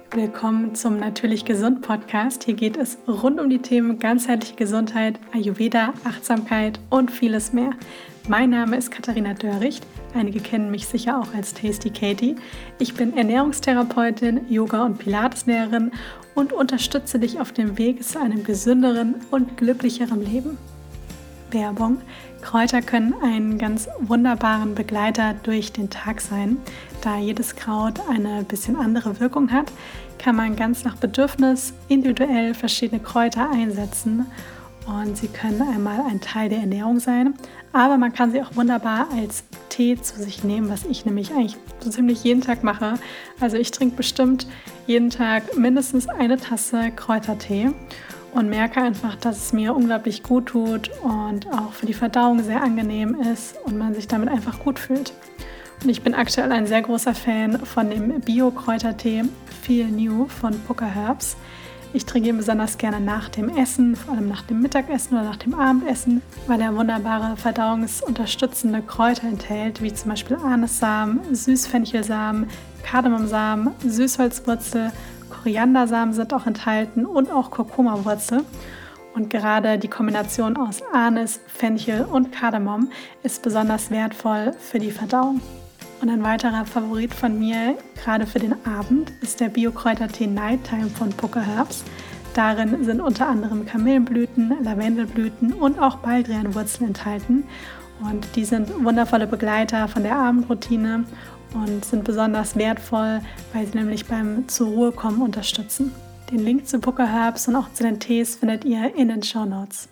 Willkommen zum Natürlich Gesund Podcast. Hier geht es rund um die Themen ganzheitliche Gesundheit, Ayurveda, Achtsamkeit und vieles mehr. Mein Name ist Katharina Dörricht. Einige kennen mich sicher auch als Tasty Katie. Ich bin Ernährungstherapeutin, Yoga- und Pilateslehrerin und unterstütze dich auf dem Weg zu einem gesünderen und glücklicheren Leben. Werbung. Kräuter können einen ganz wunderbaren Begleiter durch den Tag sein. Da jedes Kraut eine bisschen andere Wirkung hat, kann man ganz nach Bedürfnis individuell verschiedene Kräuter einsetzen. Und sie können einmal ein Teil der Ernährung sein, aber man kann sie auch wunderbar als Tee zu sich nehmen, was ich nämlich eigentlich so ziemlich jeden Tag mache. Also ich trinke bestimmt jeden Tag mindestens eine Tasse Kräutertee und merke einfach, dass es mir unglaublich gut tut und auch für die Verdauung sehr angenehm ist und man sich damit einfach gut fühlt. Und ich bin aktuell ein sehr großer Fan von dem Bio-Kräutertee Feel New von Pukka Herbs. Ich trinke ihn besonders gerne nach dem Essen, vor allem nach dem Mittagessen oder nach dem Abendessen, weil er wunderbare verdauungsunterstützende Kräuter enthält, wie zum Beispiel Anissamen, Süßfenchelsamen, Kardamomsamen, Süßholzwurzel, Koriandersamen sind auch enthalten und auch Kurkuma-Wurzel. Und gerade die Kombination aus Anis, Fenchel und Kardamom ist besonders wertvoll für die Verdauung. Und ein weiterer Favorit von mir, gerade für den Abend, ist der Bio-Kräutertee Nighttime von Pukka Herbs. Darin sind unter anderem Kamillenblüten, Lavendelblüten und auch Baldrianwurzeln enthalten. Und die sind wundervolle Begleiter von der Abendroutine und sind besonders wertvoll, weil sie nämlich beim zur Ruhe kommen unterstützen. Den Link zu Pukka Herbs und auch zu den Tees findet ihr in den Shownotes.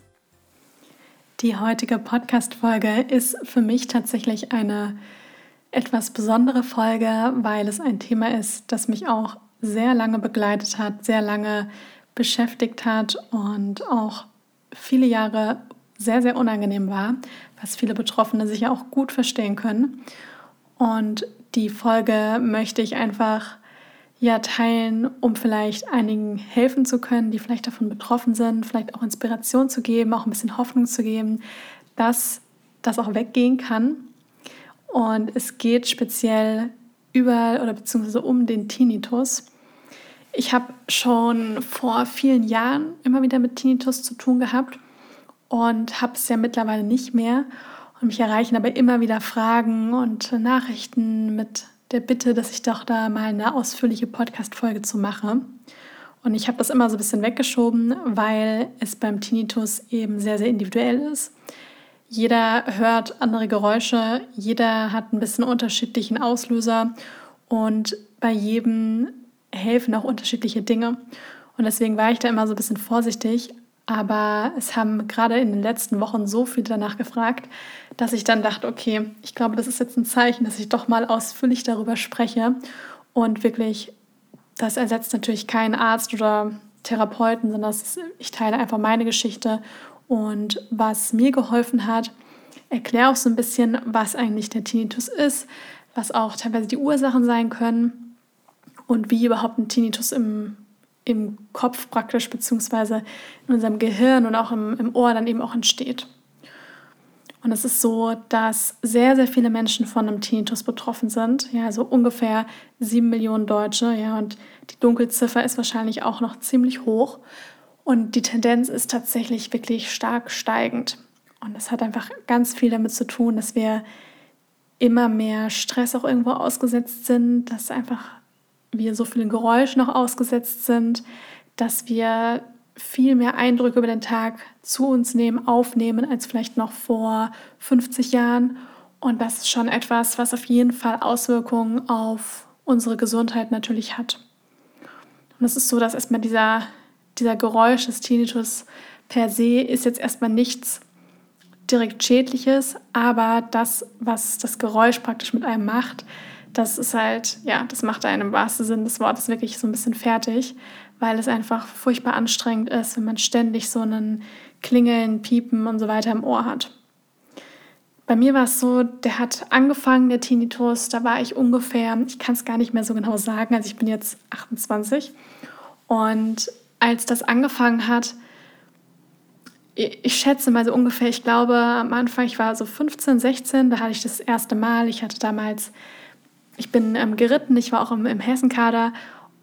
Die heutige Podcast-Folge ist für mich tatsächlich eine etwas besondere Folge, weil es ein Thema ist, das mich auch sehr lange begleitet hat, sehr lange beschäftigt hat und auch viele Jahre sehr, sehr unangenehm war, was viele Betroffene sicher auch gut verstehen können. Und die Folge möchte ich einfach teilen, um vielleicht einigen helfen zu können, die vielleicht davon betroffen sind, vielleicht auch Inspiration zu geben, auch ein bisschen Hoffnung zu geben, dass das auch weggehen kann. Und es geht speziell beziehungsweise um den Tinnitus. Ich habe schon vor vielen Jahren immer wieder mit Tinnitus zu tun gehabt und habe es ja mittlerweile nicht mehr. Und mich erreichen aber immer wieder Fragen und Nachrichten mit der Bitte, dass ich doch da mal eine ausführliche Podcast-Folge zu mache. Und ich habe das immer so ein bisschen weggeschoben, weil es beim Tinnitus eben sehr, sehr individuell ist. Jeder hört andere Geräusche, jeder hat ein bisschen unterschiedlichen Auslöser und bei jedem helfen auch unterschiedliche Dinge. Und deswegen war ich da immer so ein bisschen vorsichtig. Aber es haben gerade in den letzten Wochen so viele danach gefragt, dass ich dann dachte, okay, ich glaube, das ist jetzt ein Zeichen, dass ich doch mal ausführlich darüber spreche. Und wirklich, das ersetzt natürlich keinen Arzt oder Therapeuten, sondern ich teile einfach meine Geschichte und was mir geholfen hat. Erkläre auch so ein bisschen, was eigentlich der Tinnitus ist, was auch teilweise die Ursachen sein können und wie überhaupt ein Tinnitus im Kopf praktisch, beziehungsweise in unserem Gehirn und auch im Ohr dann eben auch entsteht. Und es ist so, dass sehr, sehr viele Menschen von einem Tinnitus betroffen sind. Ja, also ungefähr 7 Millionen Deutsche. Ja, und die Dunkelziffer ist wahrscheinlich auch noch ziemlich hoch. Und die Tendenz ist tatsächlich wirklich stark steigend. Und das hat einfach ganz viel damit zu tun, dass wir immer mehr Stress auch irgendwo ausgesetzt sind, dass einfach wir so vielen Geräuschen noch ausgesetzt sind, dass wir viel mehr Eindrücke über den Tag zu uns aufnehmen, als vielleicht noch vor 50 Jahren. Und das ist schon etwas, was auf jeden Fall Auswirkungen auf unsere Gesundheit natürlich hat. Und es ist so, dass erstmal dieser Geräusch des Tinnitus per se ist jetzt erstmal nichts direkt Schädliches, aber das, was das Geräusch praktisch mit einem macht, das ist halt, das macht einen im wahrsten Sinne des Wortes wirklich so ein bisschen fertig, weil es einfach furchtbar anstrengend ist, wenn man ständig so einen Klingeln, Piepen und so weiter im Ohr hat. Bei mir war es so, der hat angefangen, der Tinnitus, da war ich ungefähr, ich kann es gar nicht mehr so genau sagen, also ich bin jetzt 28 und als das angefangen hat, ich schätze mal so ungefähr, ich glaube am Anfang, ich war so 15, 16, da hatte ich das erste Mal, ich bin geritten, ich war auch im Hessenkader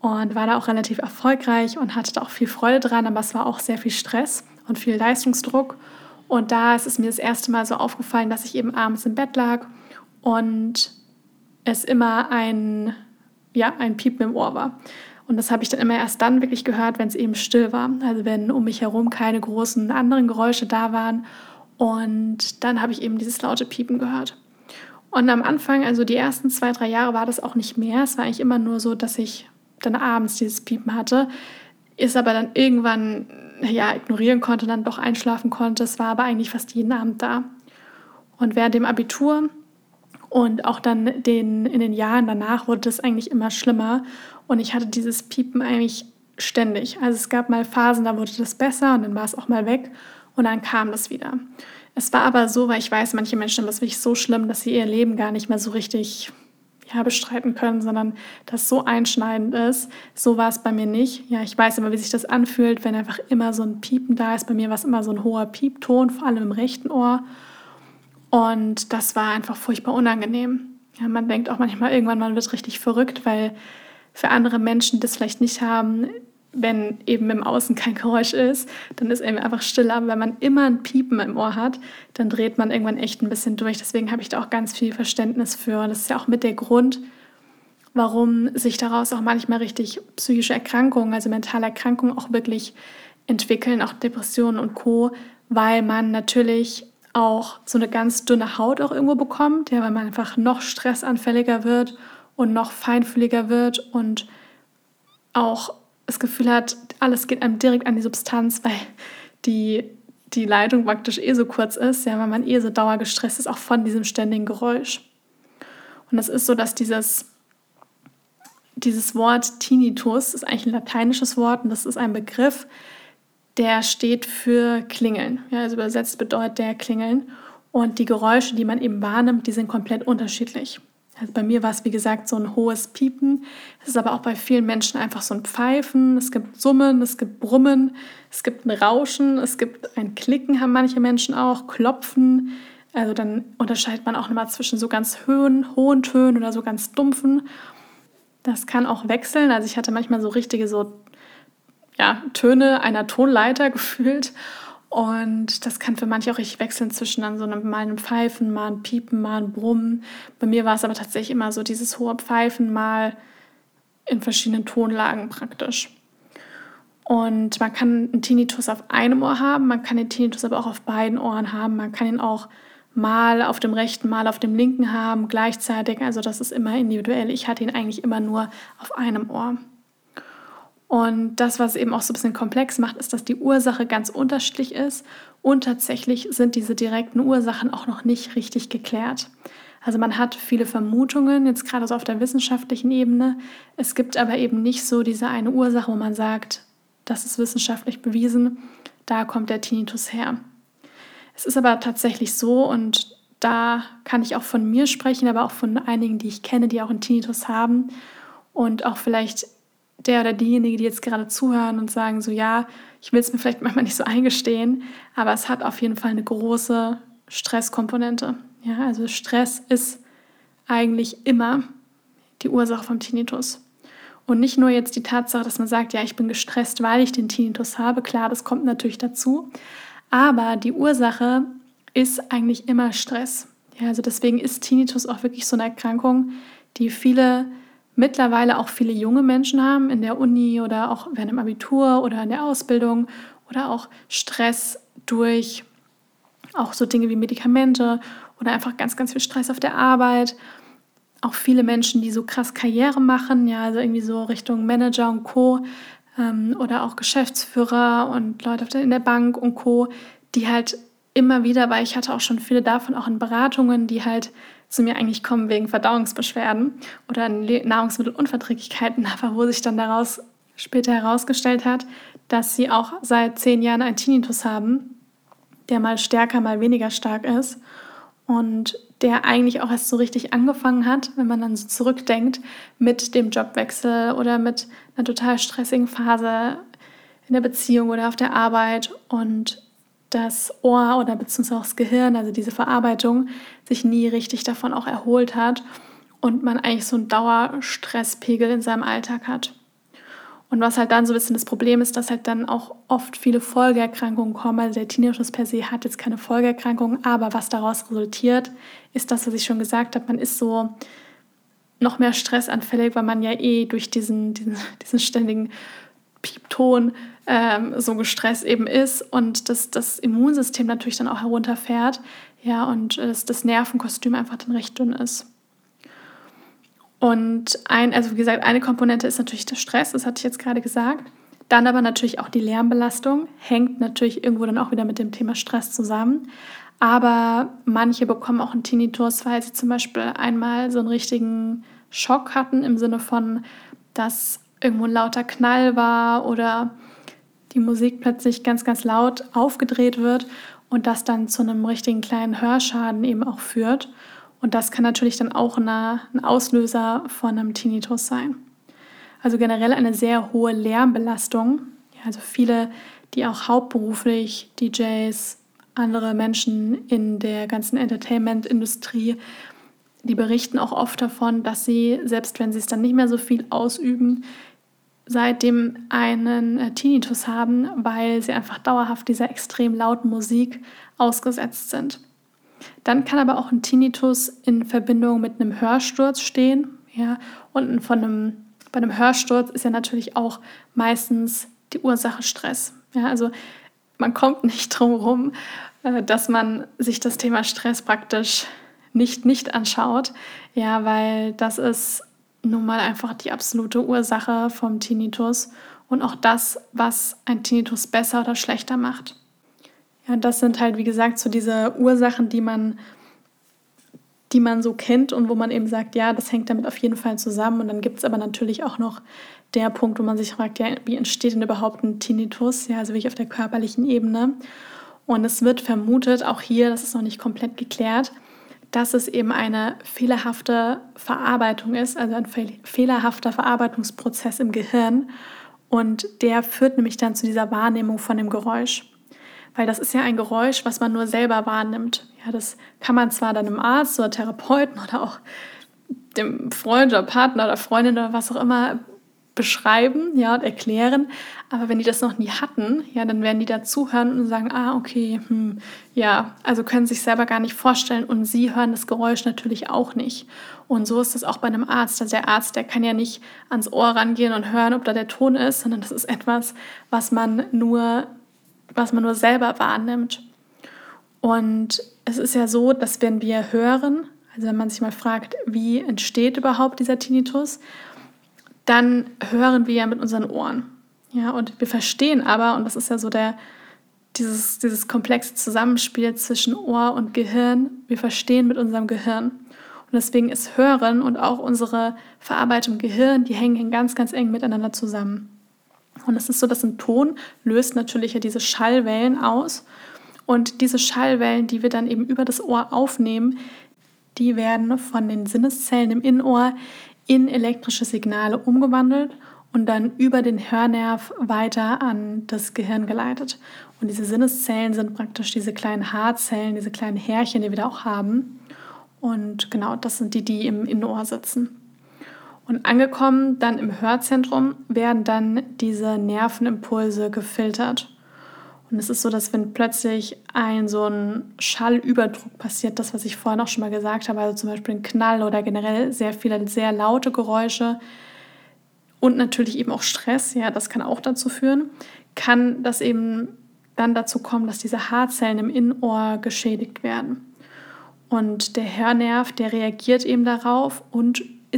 und war da auch relativ erfolgreich und hatte da auch viel Freude dran, aber es war auch sehr viel Stress und viel Leistungsdruck. Und da ist es mir das erste Mal so aufgefallen, dass ich eben abends im Bett lag und es immer ein Piepen im Ohr war. Und das habe ich dann immer erst dann wirklich gehört, wenn es eben still war. Also wenn um mich herum keine großen anderen Geräusche da waren. Und dann habe ich eben dieses laute Piepen gehört. Und am Anfang, also die ersten 2, 3 Jahre, war das auch nicht mehr. Es war eigentlich immer nur so, dass ich dann abends dieses Piepen hatte. Ist aber dann irgendwann ignorieren konnte, dann doch einschlafen konnte. Es war aber eigentlich fast jeden Abend da. Und während dem Abitur und auch dann in den Jahren danach wurde es eigentlich immer schlimmer. Und ich hatte dieses Piepen eigentlich ständig. Also es gab mal Phasen, da wurde das besser und dann war es auch mal weg und dann kam das wieder. Es war aber so, weil ich weiß, manche Menschen haben das wirklich so schlimm, dass sie ihr Leben gar nicht mehr so richtig bestreiten können, sondern das so einschneidend ist. So war es bei mir nicht. Ja, ich weiß immer, wie sich das anfühlt, wenn einfach immer so ein Piepen da ist. Bei mir war es immer so ein hoher Piepton, vor allem im rechten Ohr. Und das war einfach furchtbar unangenehm. Ja, man denkt auch manchmal irgendwann, man wird richtig verrückt, weil für andere Menschen, die das vielleicht nicht haben, wenn eben im Außen kein Geräusch ist, dann ist eben einfach Stille. Aber wenn man immer ein Piepen im Ohr hat, dann dreht man irgendwann echt ein bisschen durch. Deswegen habe ich da auch ganz viel Verständnis für. Und das ist ja auch mit der Grund, warum sich daraus auch manchmal richtig psychische Erkrankungen, also mentale Erkrankungen auch wirklich entwickeln, auch Depressionen und Co., weil man natürlich auch so eine ganz dünne Haut auch irgendwo bekommt, ja, weil man einfach noch stressanfälliger wird und noch feinfühliger wird und auch das Gefühl hat, alles geht einem direkt an die Substanz, weil die Leitung praktisch so kurz ist, ja, weil man so dauergestresst ist, auch von diesem ständigen Geräusch. Und das ist so, dass dieses Wort Tinnitus ist eigentlich ein lateinisches Wort und das ist ein Begriff, der steht für Klingeln. Ja, also übersetzt bedeutet der Klingeln. Und die Geräusche, die man eben wahrnimmt, die sind komplett unterschiedlich. Also bei mir war es, wie gesagt, so ein hohes Piepen. Es ist aber auch bei vielen Menschen einfach so ein Pfeifen. Es gibt Summen, es gibt Brummen, es gibt ein Rauschen, es gibt ein Klicken, haben manche Menschen auch, Klopfen. Also dann unterscheidet man auch nochmal zwischen so ganz hohen Tönen oder so ganz dumpfen. Das kann auch wechseln. Also ich hatte manchmal so richtige Töne einer Tonleiter gefühlt. Und das kann für manche auch richtig wechseln zwischen dann so mal einem Pfeifen, mal ein Piepen, mal ein Brummen. Bei mir war es aber tatsächlich immer so dieses hohe Pfeifen mal in verschiedenen Tonlagen praktisch. Und man kann einen Tinnitus auf einem Ohr haben, man kann den Tinnitus aber auch auf beiden Ohren haben. Man kann ihn auch mal auf dem rechten, mal auf dem linken haben, gleichzeitig. Also das ist immer individuell. Ich hatte ihn eigentlich immer nur auf einem Ohr. Und das, was es eben auch so ein bisschen komplex macht, ist, dass die Ursache ganz unterschiedlich ist und tatsächlich sind diese direkten Ursachen auch noch nicht richtig geklärt. Also man hat viele Vermutungen, jetzt gerade so auf der wissenschaftlichen Ebene. Es gibt aber eben nicht so diese eine Ursache, wo man sagt, das ist wissenschaftlich bewiesen, da kommt der Tinnitus her. Es ist aber tatsächlich so und da kann ich auch von mir sprechen, aber auch von einigen, die ich kenne, die auch einen Tinnitus haben und auch vielleicht der oder diejenige, die jetzt gerade zuhören und sagen so, ja, ich will es mir vielleicht manchmal nicht so eingestehen, aber es hat auf jeden Fall eine große Stresskomponente. Ja, also Stress ist eigentlich immer die Ursache vom Tinnitus. Und nicht nur jetzt die Tatsache, dass man sagt, ja, ich bin gestresst, weil ich den Tinnitus habe. Klar, das kommt natürlich dazu. Aber die Ursache ist eigentlich immer Stress. Ja, also deswegen ist Tinnitus auch wirklich so eine Erkrankung, die mittlerweile auch viele junge Menschen haben in der Uni oder auch während dem Abitur oder in der Ausbildung oder auch Stress durch auch so Dinge wie Medikamente oder einfach ganz, ganz viel Stress auf der Arbeit. Auch viele Menschen, die so krass Karriere machen, ja, also irgendwie so Richtung Manager und Co. Oder auch Geschäftsführer und Leute in der Bank und Co., die halt immer wieder, weil ich hatte auch schon viele davon auch in Beratungen, die halt zu mir eigentlich kommen wegen Verdauungsbeschwerden oder Nahrungsmittelunverträglichkeiten, aber wo sich dann daraus später herausgestellt hat, dass sie auch seit 10 Jahren einen Tinnitus haben, der mal stärker, mal weniger stark ist und der eigentlich auch erst so richtig angefangen hat, wenn man dann so zurückdenkt, mit dem Jobwechsel oder mit einer total stressigen Phase in der Beziehung oder auf der Arbeit und das Ohr oder beziehungsweise auch das Gehirn, also diese Verarbeitung, sich nie richtig davon auch erholt hat und man eigentlich so einen Dauerstresspegel in seinem Alltag hat. Und was halt dann so ein bisschen das Problem ist, dass halt dann auch oft viele Folgeerkrankungen kommen. Also der Tinnitus per se hat jetzt keine Folgeerkrankungen, aber was daraus resultiert, ist das, was ich schon gesagt habe. Man ist so noch mehr stressanfällig, weil man ja durch diesen ständigen Piepton so gestresst eben ist und das Immunsystem natürlich dann auch herunterfährt, ja, und das Nervenkostüm einfach dann recht dünn ist. Und also wie gesagt, eine Komponente ist natürlich der Stress, das hatte ich jetzt gerade gesagt. Dann aber natürlich auch die Lärmbelastung, hängt natürlich irgendwo dann auch wieder mit dem Thema Stress zusammen. Aber manche bekommen auch einen Tinnitus, weil sie zum Beispiel einmal so einen richtigen Schock hatten, im Sinne von, dass irgendwo ein lauter Knall war oder die Musik plötzlich ganz, ganz laut aufgedreht wird und das dann zu einem richtigen kleinen Hörschaden eben auch führt. Und das kann natürlich dann auch ein Auslöser von einem Tinnitus sein. Also generell eine sehr hohe Lärmbelastung. Ja, also viele, die auch hauptberuflich DJs, andere Menschen in der ganzen Entertainment-Industrie, die berichten auch oft davon, dass sie, selbst wenn sie es dann nicht mehr so viel ausüben, seitdem einen Tinnitus haben, weil sie einfach dauerhaft dieser extrem lauten Musik ausgesetzt sind. Dann kann aber auch ein Tinnitus in Verbindung mit einem Hörsturz stehen. Ja? Und bei einem Hörsturz ist ja natürlich auch meistens die Ursache Stress. Ja? Also man kommt nicht drum herum, dass man sich das Thema Stress praktisch nicht anschaut, ja, weil das ist nun mal einfach die absolute Ursache vom Tinnitus und auch das, was ein Tinnitus besser oder schlechter macht. Ja, das sind halt, wie gesagt, so diese Ursachen, die man so kennt und wo man eben sagt, ja, das hängt damit auf jeden Fall zusammen. Und dann gibt es aber natürlich auch noch der Punkt, wo man sich fragt, ja, wie entsteht denn überhaupt ein Tinnitus? Ja, also wirklich auf der körperlichen Ebene. Und es wird vermutet, auch hier, das ist noch nicht komplett geklärt, dass es eben eine fehlerhafte Verarbeitung ist, also ein fehlerhafter Verarbeitungsprozess im Gehirn. Und der führt nämlich dann zu dieser Wahrnehmung von dem Geräusch. Weil das ist ja ein Geräusch, was man nur selber wahrnimmt. Ja, das kann man zwar dann einem Arzt oder Therapeuten oder auch dem Freund oder Partner oder Freundin oder was auch immer beschreiben, ja, und erklären, aber wenn die das noch nie hatten, ja, dann werden die da zuhören und sagen, okay, ja, also können sich selber gar nicht vorstellen und sie hören das Geräusch natürlich auch nicht. Und so ist es auch bei einem Arzt. Also der Arzt, der kann ja nicht ans Ohr rangehen und hören, ob da der Ton ist, sondern das ist etwas, was man nur selber wahrnimmt. Und es ist ja so, dass wenn wir hören, also wenn man sich mal fragt, wie entsteht überhaupt dieser Tinnitus, dann hören wir ja mit unseren Ohren. Ja, und wir verstehen aber, und das ist ja so dieses komplexe Zusammenspiel zwischen Ohr und Gehirn, wir verstehen mit unserem Gehirn. Und deswegen ist Hören und auch unsere Verarbeitung im Gehirn, die hängen ganz, ganz eng miteinander zusammen. Und es ist so, dass ein Ton löst natürlich ja diese Schallwellen aus. Und diese Schallwellen, die wir dann eben über das Ohr aufnehmen, die werden von den Sinneszellen im Innenohr in elektrische Signale umgewandelt und dann über den Hörnerv weiter an das Gehirn geleitet. Und diese Sinneszellen sind praktisch diese kleinen Haarzellen, diese kleinen Härchen, die wir da auch haben. Und genau, das sind die im Innenohr sitzen. Und angekommen dann im Hörzentrum werden dann diese Nervenimpulse gefiltert. Und es ist so, dass wenn plötzlich so ein Schallüberdruck passiert, das, was ich vorhin auch schon mal gesagt habe, also zum Beispiel ein Knall oder generell sehr viele, sehr laute Geräusche und natürlich eben auch Stress, ja, das kann auch dazu führen, kann das eben dann dazu kommen, dass diese Haarzellen im Innenohr geschädigt werden. Und der Hörnerv, der reagiert eben darauf und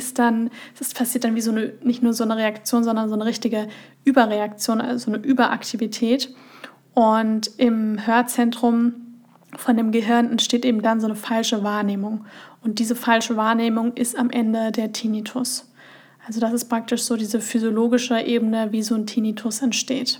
es passiert dann wie nicht nur so eine Reaktion, sondern so eine richtige Überreaktion, also so eine Überaktivität. Und im Hörzentrum von dem Gehirn entsteht eben dann so eine falsche Wahrnehmung. Und diese falsche Wahrnehmung ist am Ende der Tinnitus. Also das ist praktisch so diese physiologische Ebene, wie so ein Tinnitus entsteht.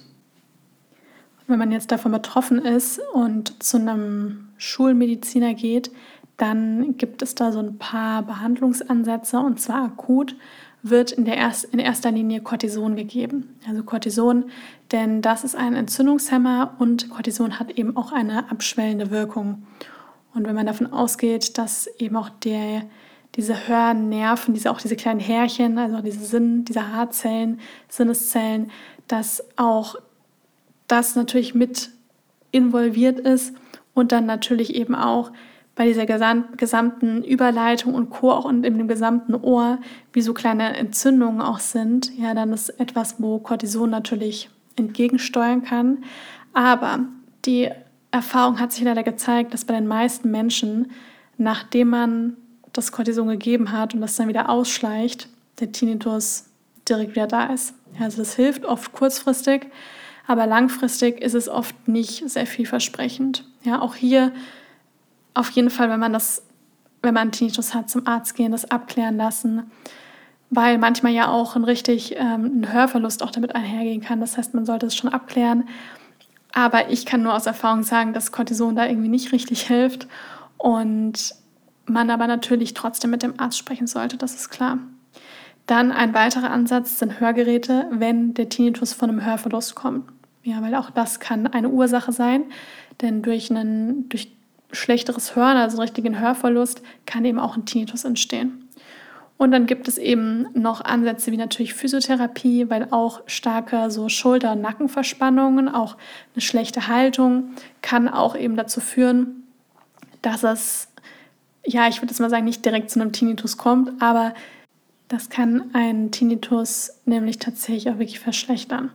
Und wenn man jetzt davon betroffen ist und zu einem Schulmediziner geht, dann gibt es da so ein paar Behandlungsansätze, und zwar akut wird in erster Linie Cortison gegeben. Also Cortison, denn das ist ein Entzündungshemmer und Cortison hat eben auch eine abschwellende Wirkung. Und wenn man davon ausgeht, dass eben auch die diese Hörnerven, diese kleinen Härchen, also diese Haarzellen, Sinneszellen, dass auch das natürlich mit involviert ist und dann natürlich eben auch bei dieser gesamten Überleitung und Chor auch in dem gesamten Ohr, wie so kleine Entzündungen auch sind, ja, dann ist etwas, wo Cortison natürlich entgegensteuern kann. Aber die Erfahrung hat sich leider gezeigt, dass bei den meisten Menschen, nachdem man das Cortison gegeben hat und das dann wieder ausschleicht, der Tinnitus direkt wieder da ist. Ja, also das hilft oft kurzfristig, aber langfristig ist es oft nicht sehr vielversprechend. Ja, auch hier auf jeden Fall, wenn man Tinnitus hat, zum Arzt gehen, das abklären lassen, weil manchmal ja auch ein Hörverlust auch damit einhergehen kann. Das heißt, man sollte es schon abklären. Aber ich kann nur aus Erfahrung sagen, dass Cortison da irgendwie nicht richtig hilft und man aber natürlich trotzdem mit dem Arzt sprechen sollte, das ist klar. Dann ein weiterer Ansatz sind Hörgeräte, wenn der Tinnitus von einem Hörverlust kommt. Ja, weil auch das kann eine Ursache sein, denn durch schlechteres Hören, also einen richtigen Hörverlust, kann eben auch ein Tinnitus entstehen. Und dann gibt es eben noch Ansätze wie natürlich Physiotherapie, weil auch starke so Schulter- und Nackenverspannungen, auch eine schlechte Haltung kann auch eben dazu führen, dass es, ja, ich würde jetzt mal sagen, nicht direkt zu einem Tinnitus kommt, aber das kann einen Tinnitus nämlich tatsächlich auch wirklich verschlechtern.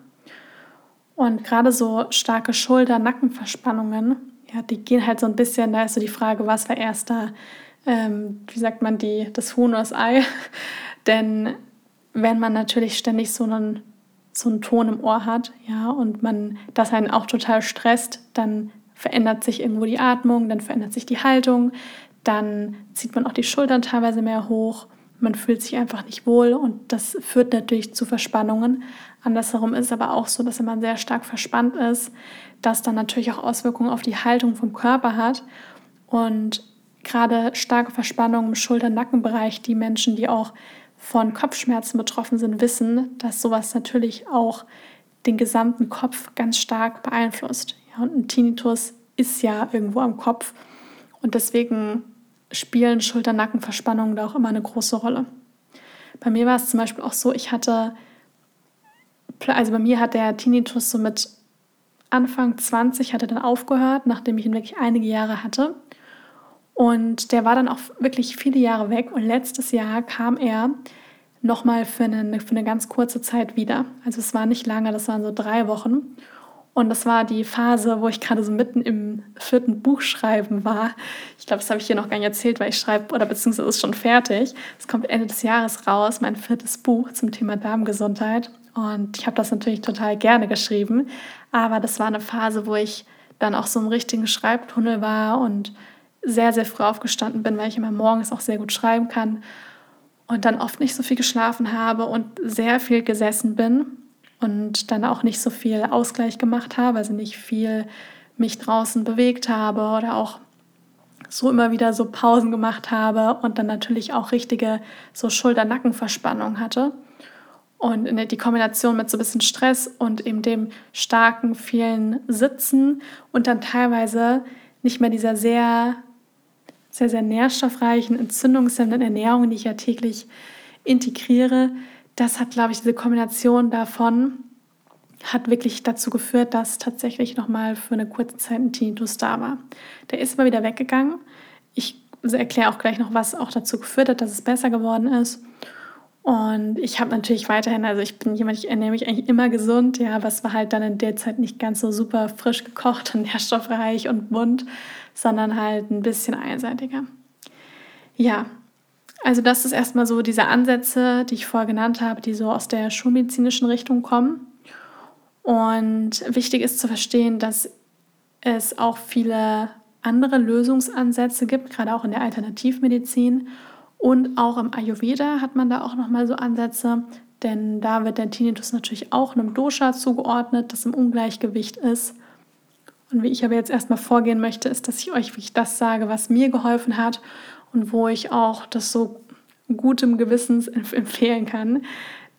Und gerade so starke Schulter-, Nackenverspannungen, ja, die gehen halt so ein bisschen, da ist so die Frage, was war erst da, wie sagt man, das Huhn oder das Ei? Denn wenn man natürlich ständig so einen Ton im Ohr hat, ja, und man das einen auch total stresst, dann verändert sich irgendwo die Atmung, dann verändert sich die Haltung, dann zieht man auch die Schultern teilweise mehr hoch, man fühlt sich einfach nicht wohl und das führt natürlich zu Verspannungen. Andersherum ist es aber auch so, dass wenn man sehr stark verspannt ist, das dann natürlich auch Auswirkungen auf die Haltung vom Körper hat und gerade starke Verspannungen im Schulter-Nackenbereich, die Menschen, die auch von Kopfschmerzen betroffen sind, wissen, dass sowas natürlich auch den gesamten Kopf ganz stark beeinflusst. Ja, und ein Tinnitus ist ja irgendwo am Kopf und deswegen spielen Schulter-Nackenverspannungen da auch immer eine große Rolle. Bei mir war es zum Beispiel auch so, bei mir hat der Tinnitus so mit Anfang 20 hat er dann aufgehört, nachdem ich ihn wirklich einige Jahre hatte. Und der war dann auch wirklich viele Jahre weg. Und letztes Jahr kam er nochmal für eine ganz kurze Zeit wieder. Also es war nicht lange, das waren so 3 Wochen. Und das war die Phase, wo ich gerade so mitten im 4. Buchschreiben war. Ich glaube, das habe ich hier noch gar nicht erzählt, weil ich schreibe, oder beziehungsweise ist schon fertig. Es kommt Ende des Jahres raus, mein 4. Buch zum Thema Darmgesundheit. Und ich habe das natürlich total gerne geschrieben. Aber das war eine Phase, wo ich dann auch so im richtigen Schreibtunnel war und sehr, sehr früh aufgestanden bin, weil ich immer morgens auch sehr gut schreiben kann und dann oft nicht so viel geschlafen habe und sehr viel gesessen bin und dann auch nicht so viel Ausgleich gemacht habe, also nicht viel mich draußen bewegt habe oder auch so immer wieder so Pausen gemacht habe und dann natürlich auch richtige so Schulter-Nackenverspannung hatte. Und die Kombination mit so ein bisschen Stress und eben dem starken, vielen Sitzen und dann teilweise nicht mehr dieser sehr, sehr, sehr nährstoffreichen, entzündungshemmenden Ernährung, die ich ja täglich integriere, das hat, glaube ich, diese Kombination davon hat wirklich dazu geführt, dass tatsächlich nochmal für eine kurze Zeit ein Tinnitus da war. Der ist aber wieder weggegangen. Ich erkläre auch gleich noch, was auch dazu geführt hat, dass es besser geworden ist. Und ich habe natürlich weiterhin, also ich bin jemand, ich ernähre mich eigentlich immer gesund, ja, aber es war halt dann in der Zeit nicht ganz so super frisch gekocht und nährstoffreich und bunt, sondern halt ein bisschen einseitiger. Ja, also das ist erstmal so diese Ansätze, die ich vorher genannt habe, die so aus der schulmedizinischen Richtung kommen. Und wichtig ist zu verstehen, dass es auch viele andere Lösungsansätze gibt, gerade auch in der Alternativmedizin. Und auch im Ayurveda hat man da auch nochmal so Ansätze, denn da wird der Tinnitus natürlich auch einem Dosha zugeordnet, das im Ungleichgewicht ist. Und wie ich aber jetzt erstmal vorgehen möchte, ist, dass ich euch wirklich das sage, was mir geholfen hat und wo ich auch das so gutem Gewissens empfehlen kann.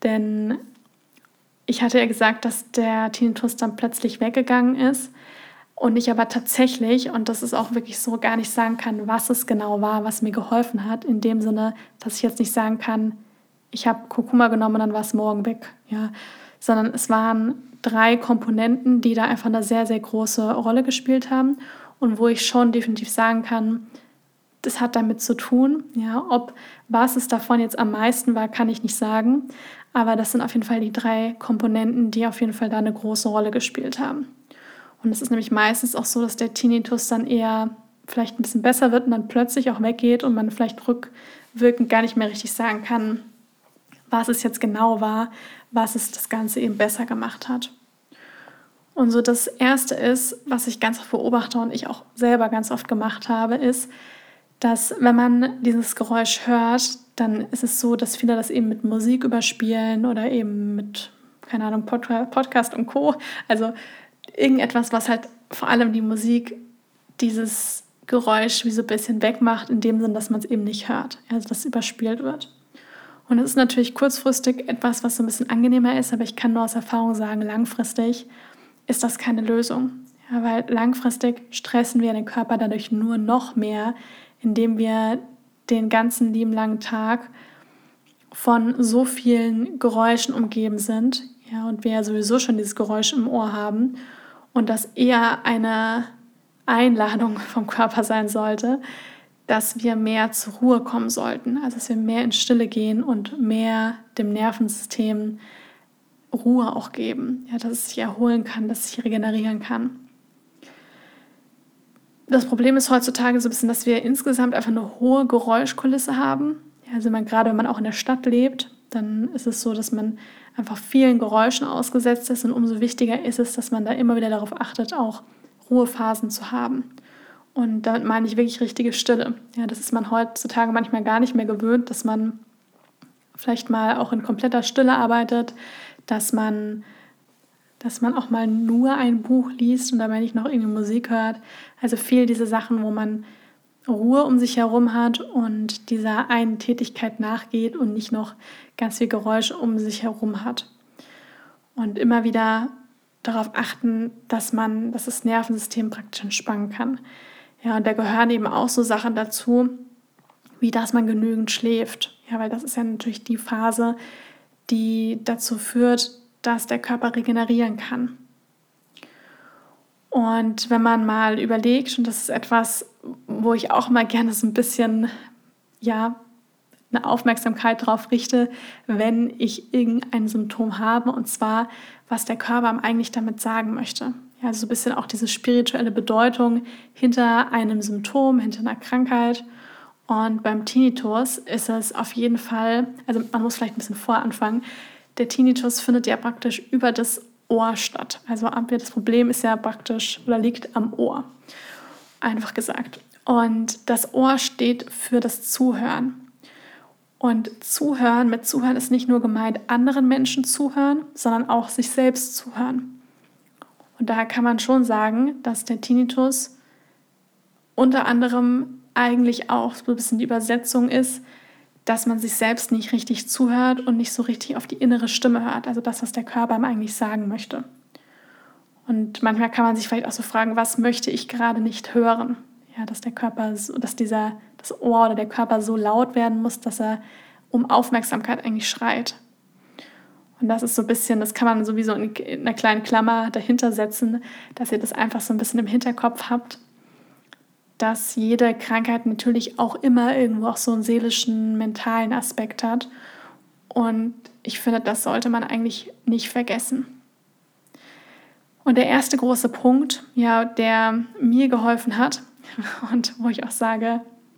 Denn ich hatte ja gesagt, dass der Tinnitus dann plötzlich weggegangen ist. Und ich aber tatsächlich, und das ist auch wirklich so, gar nicht sagen kann, was es genau war, was mir geholfen hat, in dem Sinne, dass ich jetzt nicht sagen kann, ich habe Kurkuma genommen und dann war es morgen weg, ja, sondern es waren 3 Komponenten, die da einfach eine sehr, sehr große Rolle gespielt haben und wo ich schon definitiv sagen kann, das hat damit zu tun, ja, was es davon jetzt am meisten war, kann ich nicht sagen, aber das sind auf jeden Fall die 3 Komponenten, die auf jeden Fall da eine große Rolle gespielt haben. Und es ist nämlich meistens auch so, dass der Tinnitus dann eher vielleicht ein bisschen besser wird und dann plötzlich auch weggeht und man vielleicht rückwirkend gar nicht mehr richtig sagen kann, was es jetzt genau war, was es das Ganze eben besser gemacht hat. Und so das Erste ist, was ich ganz oft beobachte und ich auch selber ganz oft gemacht habe, ist, dass wenn man dieses Geräusch hört, dann ist es so, dass viele das eben mit Musik überspielen oder eben mit, keine Ahnung, Podcast und Co. Also irgendetwas, was halt vor allem die Musik dieses Geräusch wie so ein bisschen wegmacht, in dem Sinn, dass man es eben nicht hört, also dass es überspielt wird. Und es ist natürlich kurzfristig etwas, was so ein bisschen angenehmer ist, aber ich kann nur aus Erfahrung sagen, langfristig ist das keine Lösung. Ja, weil langfristig stressen wir den Körper dadurch nur noch mehr, indem wir den ganzen lieben langen Tag von so vielen Geräuschen umgeben sind, ja, und wir ja sowieso schon dieses Geräusch im Ohr haben und das eher eine Einladung vom Körper sein sollte, dass wir mehr zur Ruhe kommen sollten, also dass wir mehr in Stille gehen und mehr dem Nervensystem Ruhe auch geben, ja, dass es sich erholen kann, dass es sich regenerieren kann. Das Problem ist heutzutage so ein bisschen, dass wir insgesamt einfach eine hohe Geräuschkulisse haben. Ja, also gerade wenn man auch in der Stadt lebt, dann ist es so, dass man einfach vielen Geräuschen ausgesetzt ist und umso wichtiger ist es, dass man da immer wieder darauf achtet, auch Ruhephasen zu haben. Und damit meine ich wirklich richtige Stille. Ja, das ist man heutzutage manchmal gar nicht mehr gewöhnt, dass man vielleicht mal auch in kompletter Stille arbeitet, dass man auch mal nur ein Buch liest und dabei nicht noch irgendwie Musik hört. Also viel diese Sachen, wo man Ruhe um sich herum hat und dieser einen Tätigkeit nachgeht und nicht noch ganz viel Geräusch um sich herum hat. Und immer wieder darauf achten, dass das Nervensystem praktisch entspannen kann. Ja, und da gehören eben auch so Sachen dazu, wie dass man genügend schläft. Ja, weil das ist ja natürlich die Phase, die dazu führt, dass der Körper regenerieren kann. Und wenn man mal überlegt, und das ist etwas, wo ich auch mal gerne so ein bisschen, ja, eine Aufmerksamkeit darauf richte, wenn ich irgendein Symptom habe, und zwar, was der Körper eigentlich damit sagen möchte. Ja, also so ein bisschen auch diese spirituelle Bedeutung hinter einem Symptom, hinter einer Krankheit. Und beim Tinnitus ist es auf jeden Fall, also man muss vielleicht ein bisschen voranfangen, der Tinnitus findet ja praktisch über das Ohr statt. Also das Problem ist ja praktisch oder liegt am Ohr, einfach gesagt. Und das Ohr steht für das Zuhören. Und mit Zuhören ist nicht nur gemeint, anderen Menschen zuhören, sondern auch sich selbst zuhören. Und daher kann man schon sagen, dass der Tinnitus unter anderem eigentlich auch so ein bisschen die Übersetzung ist, dass man sich selbst nicht richtig zuhört und nicht so richtig auf die innere Stimme hört, also das, was der Körper einem eigentlich sagen möchte. Und manchmal kann man sich vielleicht auch so fragen, was möchte ich gerade nicht hören? Ja, dass das Ohr oder der Körper so laut werden muss, dass er um Aufmerksamkeit eigentlich schreit. Und das ist so ein bisschen, das kann man sowieso in einer kleinen Klammer dahinter setzen, dass ihr das einfach so ein bisschen im Hinterkopf habt, dass jede Krankheit natürlich auch immer irgendwo auch so einen seelischen, mentalen Aspekt hat. Und ich finde, das sollte man eigentlich nicht vergessen. Und der erste große Punkt, ja, der mir geholfen hat und wo ich auch sage,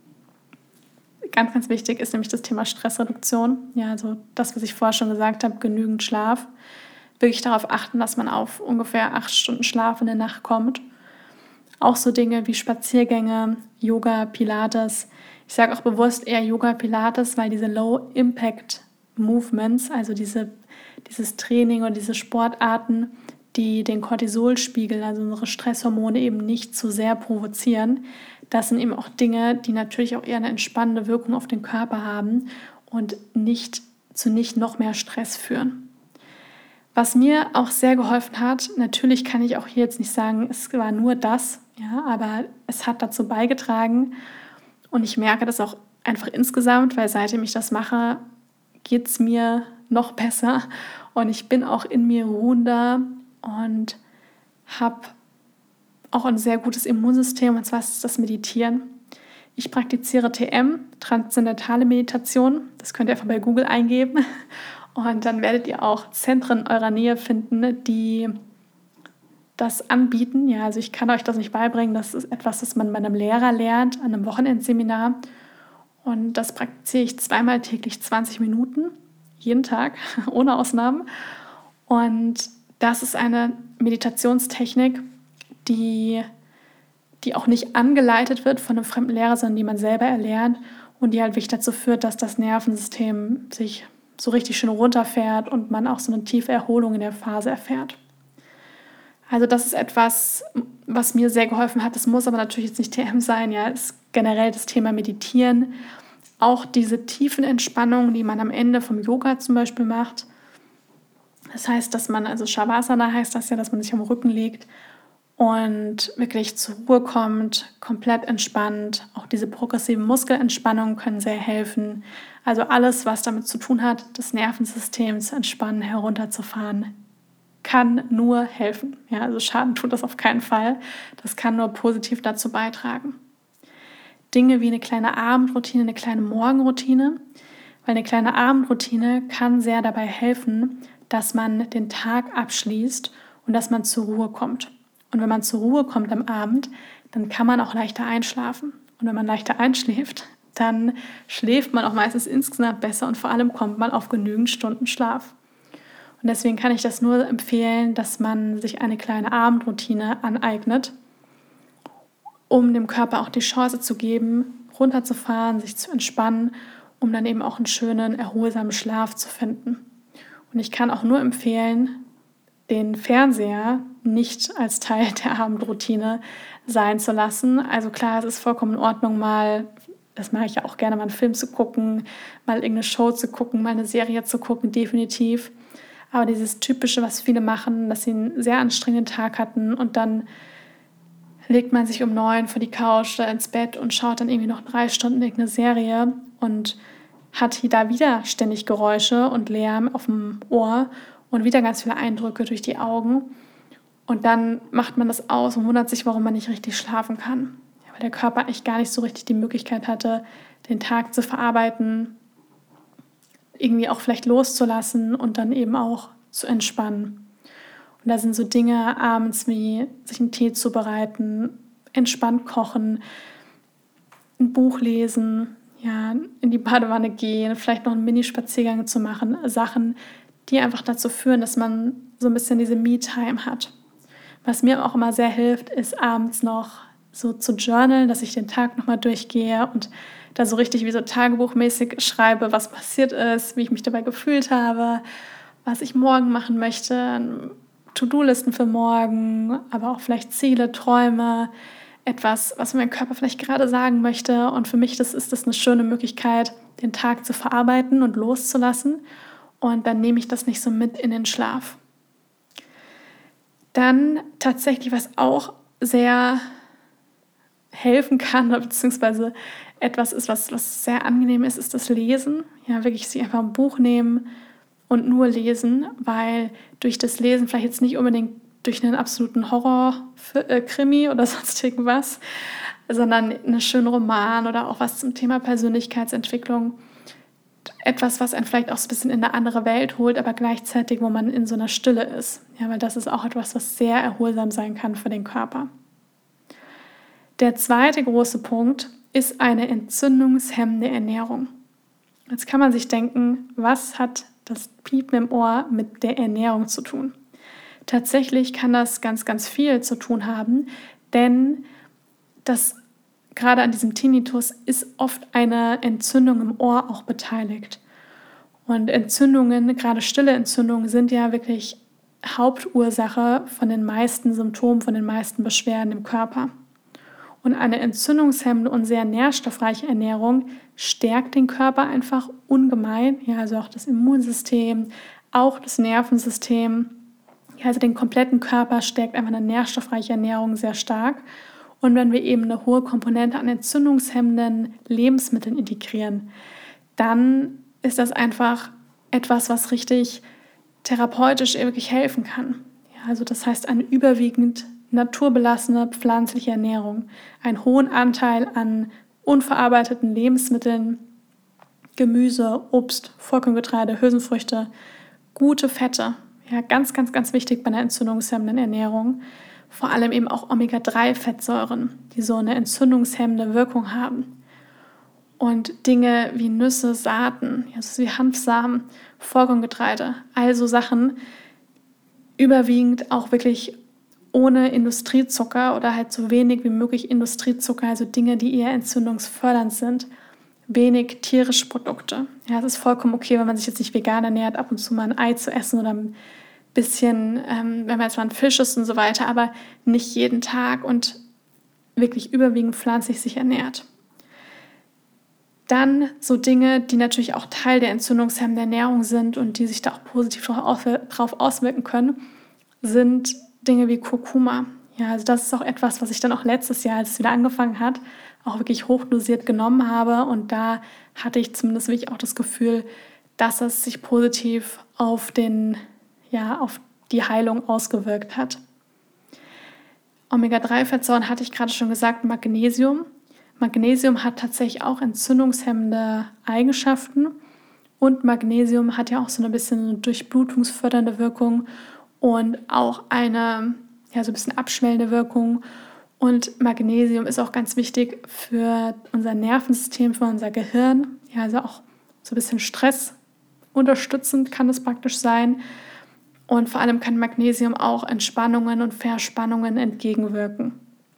ganz, ganz wichtig ist nämlich das Thema Stressreduktion. Ja, also das, was ich vorher schon gesagt habe, genügend Schlaf. Wirklich darauf achten, dass man auf ungefähr 8 Stunden Schlaf in der Nacht kommt. Auch so Dinge wie Spaziergänge, Yoga, Pilates. Ich sage auch bewusst eher Yoga, Pilates, weil diese Low-Impact-Movements, also dieses Training oder diese Sportarten, die den Cortisolspiegel, also unsere Stresshormone eben nicht zu sehr provozieren, das sind eben auch Dinge, die natürlich auch eher eine entspannende Wirkung auf den Körper haben und nicht noch mehr Stress führen. Was mir auch sehr geholfen hat, natürlich kann ich auch hier jetzt nicht sagen, es war nur das, ja, aber es hat dazu beigetragen und ich merke das auch einfach insgesamt, weil seitdem ich das mache, geht es mir noch besser und ich bin auch in mir ruhender und habe auch ein sehr gutes Immunsystem, und zwar ist das Meditieren. Ich praktiziere TM, transzendentale Meditation. Das könnt ihr einfach bei Google eingeben. Und dann werdet ihr auch Zentren in eurer Nähe finden, die das anbieten. Ja, also ich kann euch das nicht beibringen. Das ist etwas, das man bei einem Lehrer lernt, an einem Wochenendseminar. Und das praktiziere ich 2-mal täglich 20 Minuten, jeden Tag, ohne Ausnahmen. Und das ist eine Meditationstechnik, die auch nicht angeleitet wird von einem fremden Lehrer, sondern die man selber erlernt und die halt wirklich dazu führt, dass das Nervensystem sich so richtig schön runterfährt und man auch so eine tiefe Erholung in der Phase erfährt. Also das ist etwas, was mir sehr geholfen hat. Das muss aber natürlich jetzt nicht TM sein, ja, ist generell das Thema Meditieren. Auch diese tiefen Entspannungen, die man am Ende vom Yoga zum Beispiel macht. Das heißt, dass man, also Shavasana heißt das ja, dass man sich am Rücken legt und wirklich zur Ruhe kommt, komplett entspannt. Auch diese progressiven Muskelentspannungen können sehr helfen. Also alles, was damit zu tun hat, das Nervensystem zu entspannen, herunterzufahren, kann nur helfen. Ja, also Schaden tut das auf keinen Fall. Das kann nur positiv dazu beitragen. Dinge wie eine kleine Abendroutine, eine kleine Morgenroutine, weil eine kleine Abendroutine kann sehr dabei helfen, dass man den Tag abschließt und dass man zur Ruhe kommt. Und wenn man zur Ruhe kommt am Abend, dann kann man auch leichter einschlafen. Und wenn man leichter einschläft, dann schläft man auch meistens insgesamt besser und vor allem kommt man auf genügend Stunden Schlaf. Und deswegen kann ich das nur empfehlen, dass man sich eine kleine Abendroutine aneignet, um dem Körper auch die Chance zu geben, runterzufahren, sich zu entspannen, um dann eben auch einen schönen, erholsamen Schlaf zu finden. Und ich kann auch nur empfehlen, den Fernseher nicht als Teil der Abendroutine sein zu lassen. Also klar, es ist vollkommen in Ordnung, mal, das mache ich ja auch gerne, mal einen Film zu gucken, mal irgendeine Show zu gucken, mal eine Serie zu gucken, definitiv. Aber dieses Typische, was viele machen, dass sie einen sehr anstrengenden Tag hatten und dann legt man sich um 9 vor die Couch oder ins Bett und schaut dann irgendwie noch 3 Stunden irgendeine Serie und hat da wieder ständig Geräusche und Lärm auf dem Ohr und wieder ganz viele Eindrücke durch die Augen. Und dann macht man das aus und wundert sich, warum man nicht richtig schlafen kann. Ja, weil der Körper eigentlich gar nicht so richtig die Möglichkeit hatte, den Tag zu verarbeiten, irgendwie auch vielleicht loszulassen und dann eben auch zu entspannen. Und da sind so Dinge abends wie sich einen Tee zubereiten, entspannt kochen, ein Buch lesen, ja, in die Badewanne gehen, vielleicht noch einen Mini-Spaziergang zu machen, Sachen, die einfach dazu führen, dass man so ein bisschen diese Me-Time hat. Was mir auch immer sehr hilft, ist abends noch so zu journalen, dass ich den Tag nochmal durchgehe und da so richtig wie so tagebuchmäßig schreibe, was passiert ist, wie ich mich dabei gefühlt habe, was ich morgen machen möchte, To-Do-Listen für morgen, aber auch vielleicht Ziele, Träume, etwas, was mein Körper vielleicht gerade sagen möchte. Und für mich ist das eine schöne Möglichkeit, den Tag zu verarbeiten und loszulassen. Und dann nehme ich das nicht so mit in den Schlaf. Dann tatsächlich, was auch sehr helfen kann, beziehungsweise etwas ist, was sehr angenehm ist, ist das Lesen. Ja, wirklich sich einfach ein Buch nehmen und nur lesen, weil durch das Lesen vielleicht jetzt nicht unbedingt durch einen absoluten Horror-Krimi oder sonst irgendwas, sondern einen schönen Roman oder auch was zum Thema Persönlichkeitsentwicklung. Etwas, was einen vielleicht auch so ein bisschen in eine andere Welt holt, aber gleichzeitig, wo man in so einer Stille ist. Ja, weil das ist auch etwas, was sehr erholsam sein kann für den Körper. Der zweite große Punkt ist eine entzündungshemmende Ernährung. Jetzt kann man sich denken, was hat das Piepen im Ohr mit der Ernährung zu tun? Tatsächlich kann das ganz, ganz viel zu tun haben, denn das gerade an diesem Tinnitus ist oft eine Entzündung im Ohr auch beteiligt. Und Entzündungen, gerade stille Entzündungen, sind ja wirklich Hauptursache von den meisten Symptomen, von den meisten Beschwerden im Körper. Und eine entzündungshemmende und sehr nährstoffreiche Ernährung stärkt den Körper einfach ungemein, ja, also auch das Immunsystem, auch das Nervensystem, ja, also den kompletten Körper stärkt einfach eine nährstoffreiche Ernährung sehr stark. Und wenn wir eben eine hohe Komponente an entzündungshemmenden Lebensmitteln integrieren, dann ist das einfach etwas, was richtig therapeutisch wirklich helfen kann. Ja, also das heißt eine überwiegend naturbelassene pflanzliche Ernährung, einen hohen Anteil an unverarbeiteten Lebensmitteln, Gemüse, Obst, Vollkorngetreide, Hülsenfrüchte, gute Fette. Ja, ganz, ganz, ganz wichtig bei einer entzündungshemmenden Ernährung. Vor allem eben auch Omega-3-Fettsäuren, die so eine entzündungshemmende Wirkung haben. Und Dinge wie Nüsse, Saaten, also wie Hanfsamen, Vollkorngetreide, also Sachen überwiegend auch wirklich ohne Industriezucker oder halt so wenig wie möglich Industriezucker, also Dinge, die eher entzündungsfördernd sind. Wenig tierische Produkte. Ja, es ist vollkommen okay, wenn man sich jetzt nicht vegan ernährt, ab und zu mal ein Ei zu essen oder ein bisschen, wenn man jetzt mal ein Fisch isst und so weiter, aber nicht jeden Tag und wirklich überwiegend pflanzlich sich ernährt. Dann so Dinge, die natürlich auch Teil der entzündungshemmenden Ernährung sind und die sich da auch positiv darauf auswirken können, sind Dinge wie Kurkuma. Ja, also das ist auch etwas, was ich dann auch letztes Jahr, als es wieder angefangen hat, auch wirklich hochdosiert genommen habe. Und da hatte ich zumindest wirklich auch das Gefühl, dass es sich positiv auf die Heilung ausgewirkt hat. Omega-3-Fettsäuren hatte ich gerade schon gesagt, Magnesium. Magnesium hat tatsächlich auch entzündungshemmende Eigenschaften und Magnesium hat ja auch so ein bisschen eine durchblutungsfördernde Wirkung und auch eine so ein bisschen abschwellende Wirkung. Und Magnesium ist auch ganz wichtig für unser Nervensystem, für unser Gehirn. Ja, also auch so ein bisschen Stress unterstützend kann es praktisch sein. Und vor allem kann Magnesium auch Entspannungen und Verspannungen entgegenwirken.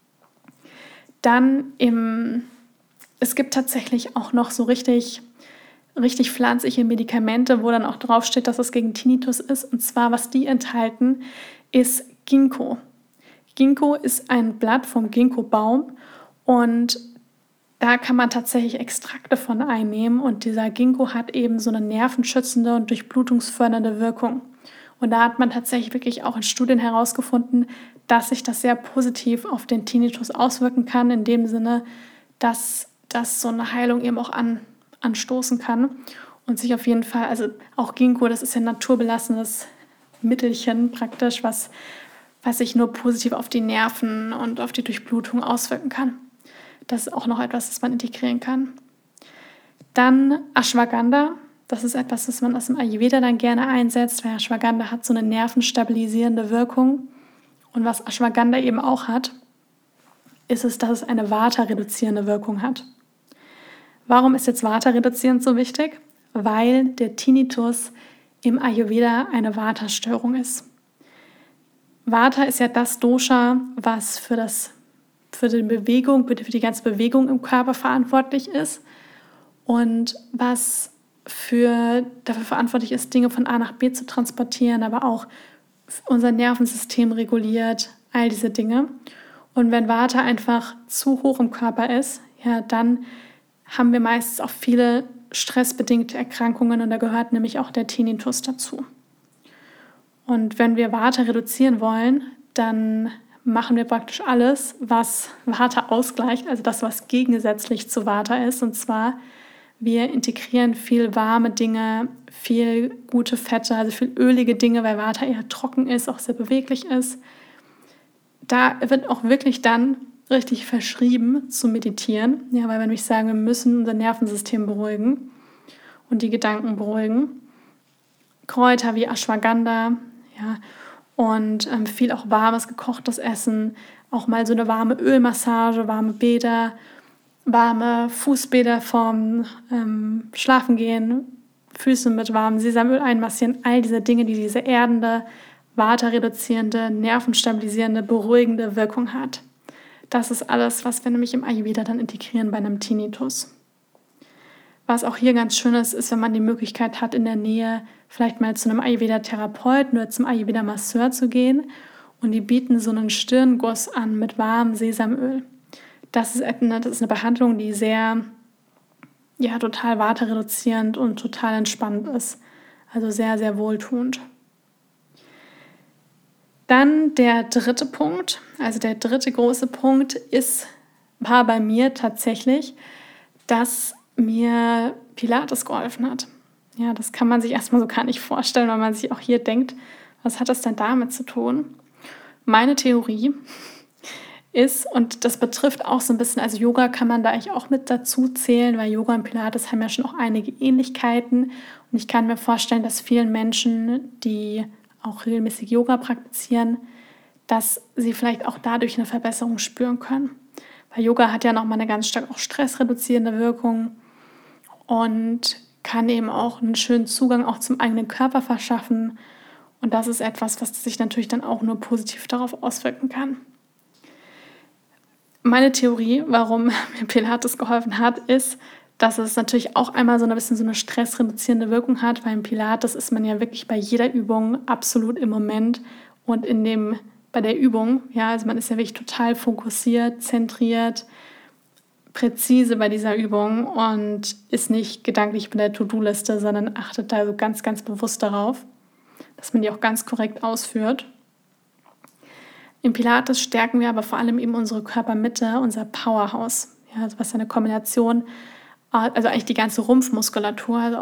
Dann es gibt tatsächlich auch noch so richtig pflanzliche Medikamente, wo dann auch draufsteht, dass es gegen Tinnitus ist. Und zwar, was die enthalten, ist Ginkgo. Ginkgo ist ein Blatt vom Ginkgo-Baum und da kann man tatsächlich Extrakte von einnehmen und dieser Ginkgo hat eben so eine nervenschützende und durchblutungsfördernde Wirkung. Und da hat man tatsächlich wirklich auch in Studien herausgefunden, dass sich das sehr positiv auf den Tinnitus auswirken kann, in dem Sinne, dass das so eine Heilung eben auch anstoßen kann und sich auf jeden Fall, also auch Ginkgo, das ist ja ein naturbelassenes Mittelchen praktisch, was sich nur positiv auf die Nerven und auf die Durchblutung auswirken kann. Das ist auch noch etwas, das man integrieren kann. Dann Ashwagandha. Das ist etwas, das man aus dem Ayurveda dann gerne einsetzt, weil Ashwagandha hat so eine nervenstabilisierende Wirkung. Und was Ashwagandha eben auch hat, ist es, dass es eine Vata-reduzierende Wirkung hat. Warum ist jetzt Vata-reduzierend so wichtig? Weil der Tinnitus im Ayurveda eine Vata-Störung ist. Vata ist ja das Dosha, was für die ganze Bewegung im Körper verantwortlich ist und was dafür verantwortlich ist, Dinge von A nach B zu transportieren, aber auch unser Nervensystem reguliert, all diese Dinge. Und wenn Vata einfach zu hoch im Körper ist, ja, dann haben wir meistens auch viele stressbedingte Erkrankungen und da gehört nämlich auch der Tinnitus dazu. Und wenn wir Vata reduzieren wollen, dann machen wir praktisch alles, was Vata ausgleicht, also das, was gegensätzlich zu Vata ist. Und zwar, wir integrieren viel warme Dinge, viel gute Fette, also viel ölige Dinge, weil Vata eher trocken ist, auch sehr beweglich ist. Da wird auch wirklich dann richtig verschrieben zu meditieren, ja, weil wir nämlich sagen, wir müssen unser Nervensystem beruhigen und die Gedanken beruhigen. Kräuter wie Ashwagandha, ja, und viel auch warmes, gekochtes Essen, auch mal so eine warme Ölmassage, warme Bäder, warme Fußbäder vorm Schlafengehen, Füße mit warmem Sesamöl einmassieren, all diese Dinge, die diese erdende, Vata-reduzierende, nervenstabilisierende, beruhigende Wirkung hat. Das ist alles, was wir nämlich im Ayurveda dann integrieren bei einem Tinnitus. Was auch hier ganz schön ist, wenn man die Möglichkeit hat, in der Nähe vielleicht mal zu einem Ayurveda-Therapeuten oder zum Ayurveda-Masseur zu gehen und die bieten so einen Stirnguss an mit warmem Sesamöl. Das ist eine Behandlung, die sehr, total vata-reduzierend und total entspannend ist. Also sehr, sehr wohltuend. Dann der dritte Punkt, also der dritte große Punkt war bei mir tatsächlich, dass mir Pilates geholfen hat. Ja, das kann man sich erstmal so gar nicht vorstellen, weil man sich auch hier denkt, was hat das denn damit zu tun? Meine Theorie ist, und das betrifft auch so ein bisschen, also Yoga kann man da eigentlich auch mit dazu zählen, weil Yoga und Pilates haben ja schon auch einige Ähnlichkeiten. Und ich kann mir vorstellen, dass vielen Menschen, die auch regelmäßig Yoga praktizieren, dass sie vielleicht auch dadurch eine Verbesserung spüren können. Weil Yoga hat ja nochmal eine ganz stark auch stressreduzierende Wirkung und kann eben auch einen schönen Zugang auch zum eigenen Körper verschaffen. Und das ist etwas, was sich natürlich dann auch nur positiv darauf auswirken kann. Meine Theorie, warum mir Pilates geholfen hat, ist, dass es natürlich auch einmal so ein bisschen so eine stressreduzierende Wirkung hat, weil im Pilates ist man ja wirklich bei jeder Übung absolut im Moment und bei der Übung, ja, also man ist ja wirklich total fokussiert, zentriert, präzise bei dieser Übung und ist nicht gedanklich bei der To-Do-Liste, sondern achtet da so ganz, ganz bewusst darauf, dass man die auch ganz korrekt ausführt. Im Pilates stärken wir aber vor allem eben unsere Körpermitte, unser Powerhouse. Ja, also was eine Kombination, also eigentlich die ganze Rumpfmuskulatur, also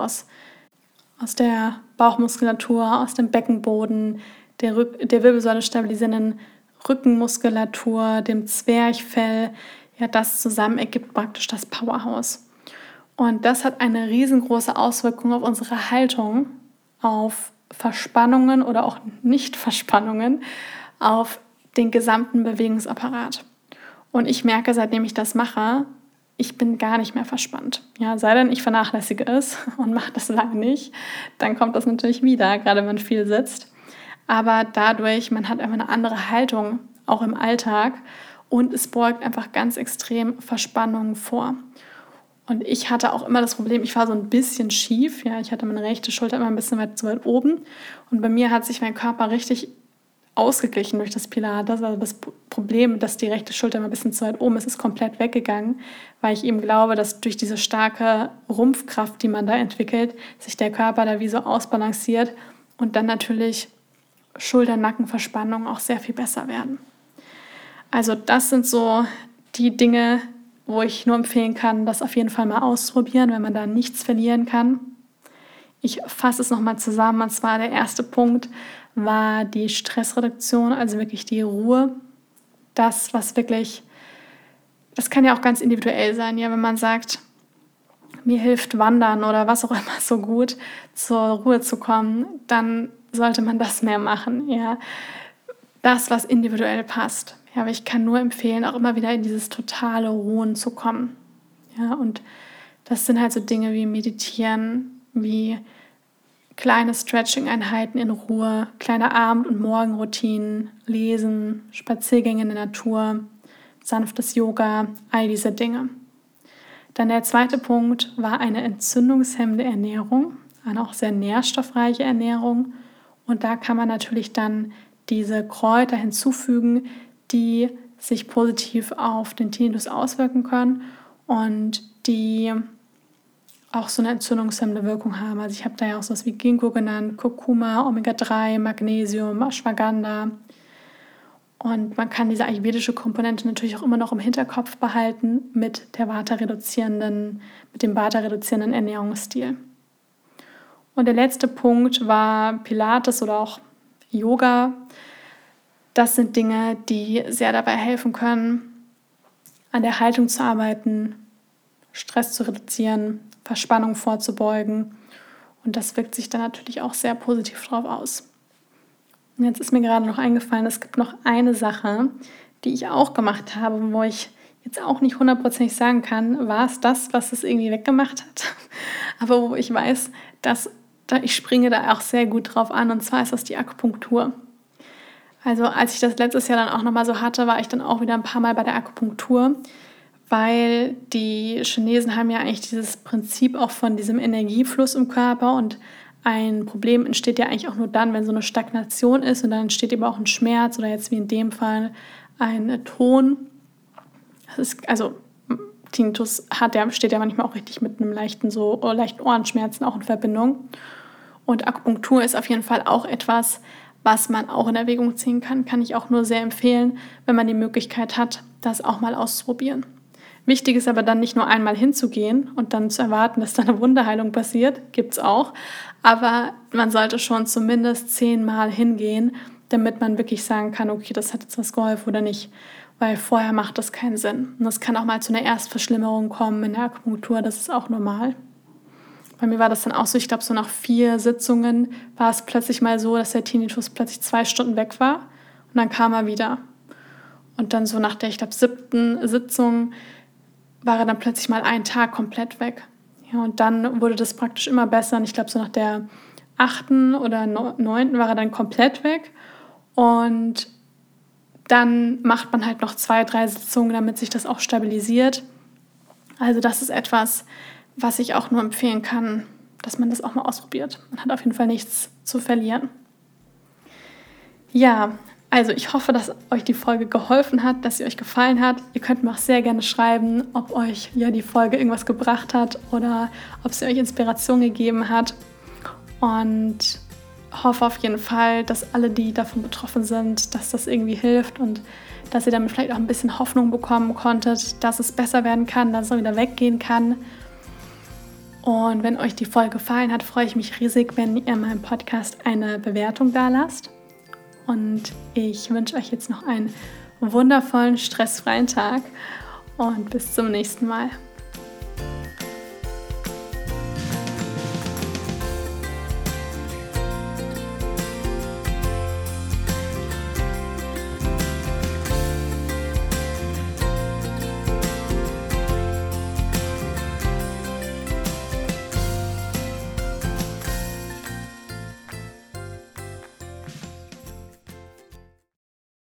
aus der Bauchmuskulatur, aus dem Beckenboden, der Wirbelsäule stabilisierenden Rückenmuskulatur, dem Zwerchfell. Ja, das zusammen ergibt praktisch das Powerhouse. Und das hat eine riesengroße Auswirkung auf unsere Haltung, auf Verspannungen oder auch Nicht-Verspannungen, auf den gesamten Bewegungsapparat. Und ich merke, seitdem ich das mache, ich bin gar nicht mehr verspannt. Ja, sei denn, ich vernachlässige es und mache das lange nicht, dann kommt das natürlich wieder, gerade wenn man viel sitzt. Aber dadurch, man hat einfach eine andere Haltung, auch im Alltag, und es beugt einfach ganz extrem Verspannungen vor. Und ich hatte auch immer das Problem, ich war so ein bisschen schief. Ja, ich hatte meine rechte Schulter immer ein bisschen zu weit oben. Und bei mir hat sich mein Körper richtig ausgeglichen durch das Pilates. Also das Problem, dass die rechte Schulter immer ein bisschen zu weit oben ist, ist komplett weggegangen, weil ich eben glaube, dass durch diese starke Rumpfkraft, die man da entwickelt, sich der Körper da wie so ausbalanciert und dann natürlich Schulter-Nackenverspannungen auch sehr viel besser werden. Also das sind so die Dinge, wo ich nur empfehlen kann, das auf jeden Fall mal auszuprobieren, wenn man da nichts verlieren kann. Ich fasse es nochmal zusammen, und zwar der erste Punkt war die Stressreduktion, also wirklich die Ruhe. Das, was wirklich, das kann ja auch ganz individuell sein, ja, wenn man sagt, mir hilft Wandern oder was auch immer so gut, zur Ruhe zu kommen, dann sollte man das mehr machen, ja. Das, was individuell passt. Ja, aber ich kann nur empfehlen, auch immer wieder in dieses totale Ruhen zu kommen. Ja, und das sind halt so Dinge wie Meditieren, wie kleine Stretching-Einheiten in Ruhe, kleine Abend- und Morgenroutinen, Lesen, Spaziergänge in der Natur, sanftes Yoga, all diese Dinge. Dann der zweite Punkt war eine entzündungshemmende Ernährung, eine auch sehr nährstoffreiche Ernährung. Und da kann man natürlich dann diese Kräuter hinzufügen, die sich positiv auf den Tinnitus auswirken können und die auch so eine entzündungshemmende Wirkung haben. Also ich habe da ja auch sowas wie Ginkgo genannt, Kurkuma, Omega-3, Magnesium, Ashwagandha. Und man kann diese ayurvedische Komponente natürlich auch immer noch im Hinterkopf behalten mit dem vata-reduzierenden Ernährungsstil. Und der letzte Punkt war Pilates oder auch Yoga. Das sind Dinge, die sehr dabei helfen können, an der Haltung zu arbeiten, Stress zu reduzieren, Verspannung vorzubeugen. Und das wirkt sich dann natürlich auch sehr positiv drauf aus. Und jetzt ist mir gerade noch eingefallen, es gibt noch eine Sache, die ich auch gemacht habe, wo ich jetzt auch nicht hundertprozentig sagen kann, war es das, was es irgendwie weggemacht hat. Aber wo ich weiß, dass ich springe da auch sehr gut drauf an, und zwar ist das die Akupunktur. Also als ich das letztes Jahr dann auch nochmal so hatte, war ich dann auch wieder ein paar Mal bei der Akupunktur, weil die Chinesen haben ja eigentlich dieses Prinzip auch von diesem Energiefluss im Körper, und ein Problem entsteht ja eigentlich auch nur dann, wenn so eine Stagnation ist, und dann entsteht eben auch ein Schmerz oder jetzt wie in dem ein Ton. Tinnitus steht ja manchmal auch richtig mit einem leichten Ohrenschmerzen auch in Verbindung. Und Akupunktur ist auf jeden Fall auch etwas, was man auch in Erwägung ziehen kann. Kann ich auch nur sehr empfehlen, wenn man die Möglichkeit hat, das auch mal auszuprobieren. Wichtig ist aber dann nicht nur einmal hinzugehen und dann zu erwarten, dass da eine Wunderheilung passiert, gibt es auch. Aber man sollte schon zumindest 10 Mal hingehen, damit man wirklich sagen kann, okay, das hat jetzt was geholfen oder nicht. Weil vorher macht das keinen Sinn. Und es kann auch mal zu einer Erstverschlimmerung kommen in der Akupunktur, das ist auch normal. Bei mir war das dann auch so, ich glaube, so nach 4 Sitzungen war es plötzlich mal so, dass der Tinnitus plötzlich 2 Stunden weg war und dann kam er wieder. Und dann so nach der, ich glaube, 7. Sitzung war er dann plötzlich mal einen Tag komplett weg. Ja, und dann wurde das praktisch immer besser. Und ich glaube, so nach der 8. oder 9. war er dann komplett weg. Und dann macht man halt noch 2, 3 Sitzungen, damit sich das auch stabilisiert. Also das ist etwas, was ich auch nur empfehlen kann, dass man das auch mal ausprobiert. Man hat auf jeden Fall nichts zu verlieren. Ja, also ich hoffe, dass euch die Folge geholfen hat, dass sie euch gefallen hat. Ihr könnt mir auch sehr gerne schreiben, ob euch die Folge irgendwas gebracht hat oder ob sie euch Inspiration gegeben hat. Und hoffe auf jeden Fall, dass alle, die davon betroffen sind, dass das irgendwie hilft und dass ihr damit vielleicht auch ein bisschen Hoffnung bekommen konntet, dass es besser werden kann, dass es wieder weggehen kann. Und wenn euch die Folge gefallen hat, freue ich mich riesig, wenn ihr meinem Podcast eine Bewertung dalasst. Und ich wünsche euch jetzt noch einen wundervollen, stressfreien Tag und bis zum nächsten Mal.